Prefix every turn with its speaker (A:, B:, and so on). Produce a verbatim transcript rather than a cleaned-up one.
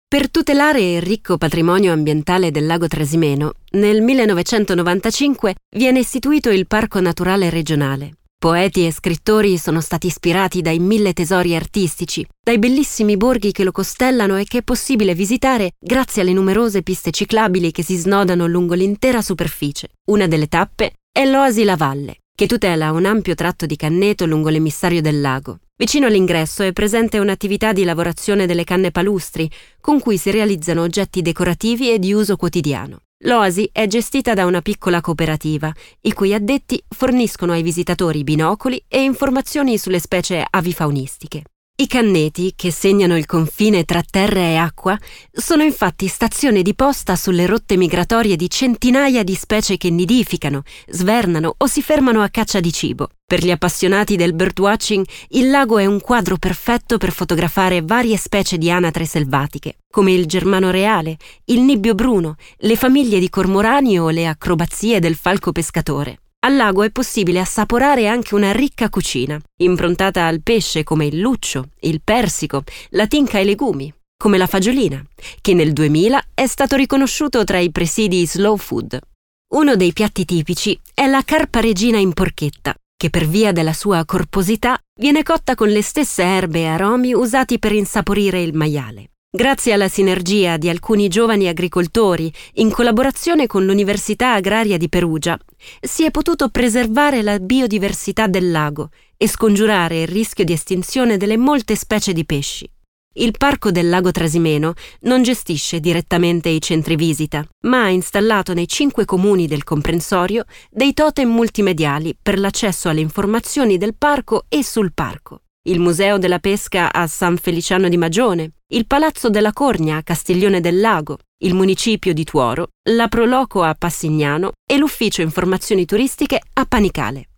A: Per tutelare il ricco patrimonio ambientale del lago Trasimeno, nel millenovecentonovantacinque viene istituito il Parco Naturale Regionale. Poeti e scrittori sono stati ispirati dai mille tesori artistici, dai bellissimi borghi che lo costellano e che è possibile visitare grazie alle numerose piste ciclabili che si snodano lungo l'intera superficie. Una delle tappe è l'Oasi La Valle, che tutela un ampio tratto di canneto lungo l'emissario del lago. Vicino all'ingresso è presente un'attività di lavorazione delle canne palustri, con cui si realizzano oggetti decorativi e di uso quotidiano. L'Oasi è gestita da una piccola cooperativa, i cui addetti forniscono ai visitatori binocoli e informazioni sulle specie avifaunistiche. I canneti, che segnano il confine tra terra e acqua, sono infatti stazione di posta sulle rotte migratorie di centinaia di specie che nidificano, svernano o si fermano a caccia di cibo. Per gli appassionati del birdwatching, il lago è un quadro perfetto per fotografare varie specie di anatre selvatiche, come il germano reale, il nibbio bruno, le famiglie di cormorani o le acrobazie del falco pescatore. Al lago è possibile assaporare anche una ricca cucina, improntata al pesce come il luccio, il persico, la tinca ai legumi, come la fagiolina, che nel duemila è stato riconosciuto tra i presidi slow food. Uno dei piatti tipici è la carpa regina in porchetta, che per via della sua corposità viene cotta con le stesse erbe e aromi usati per insaporire il maiale. Grazie alla sinergia di alcuni giovani agricoltori, in collaborazione con l'Università Agraria di Perugia, si è potuto preservare la biodiversità del lago e scongiurare il rischio di estinzione delle molte specie di pesci. Il Parco del Lago Trasimeno non gestisce direttamente i centri visita, ma ha installato nei cinque comuni del comprensorio dei totem multimediali per l'accesso alle informazioni del parco e sul parco. Il Museo della Pesca a San Feliciano di Magione, il Palazzo della Corgna a Castiglione del Lago, il Municipio di Tuoro, la Proloco a Passignano e l'Ufficio Informazioni Turistiche a Panicale.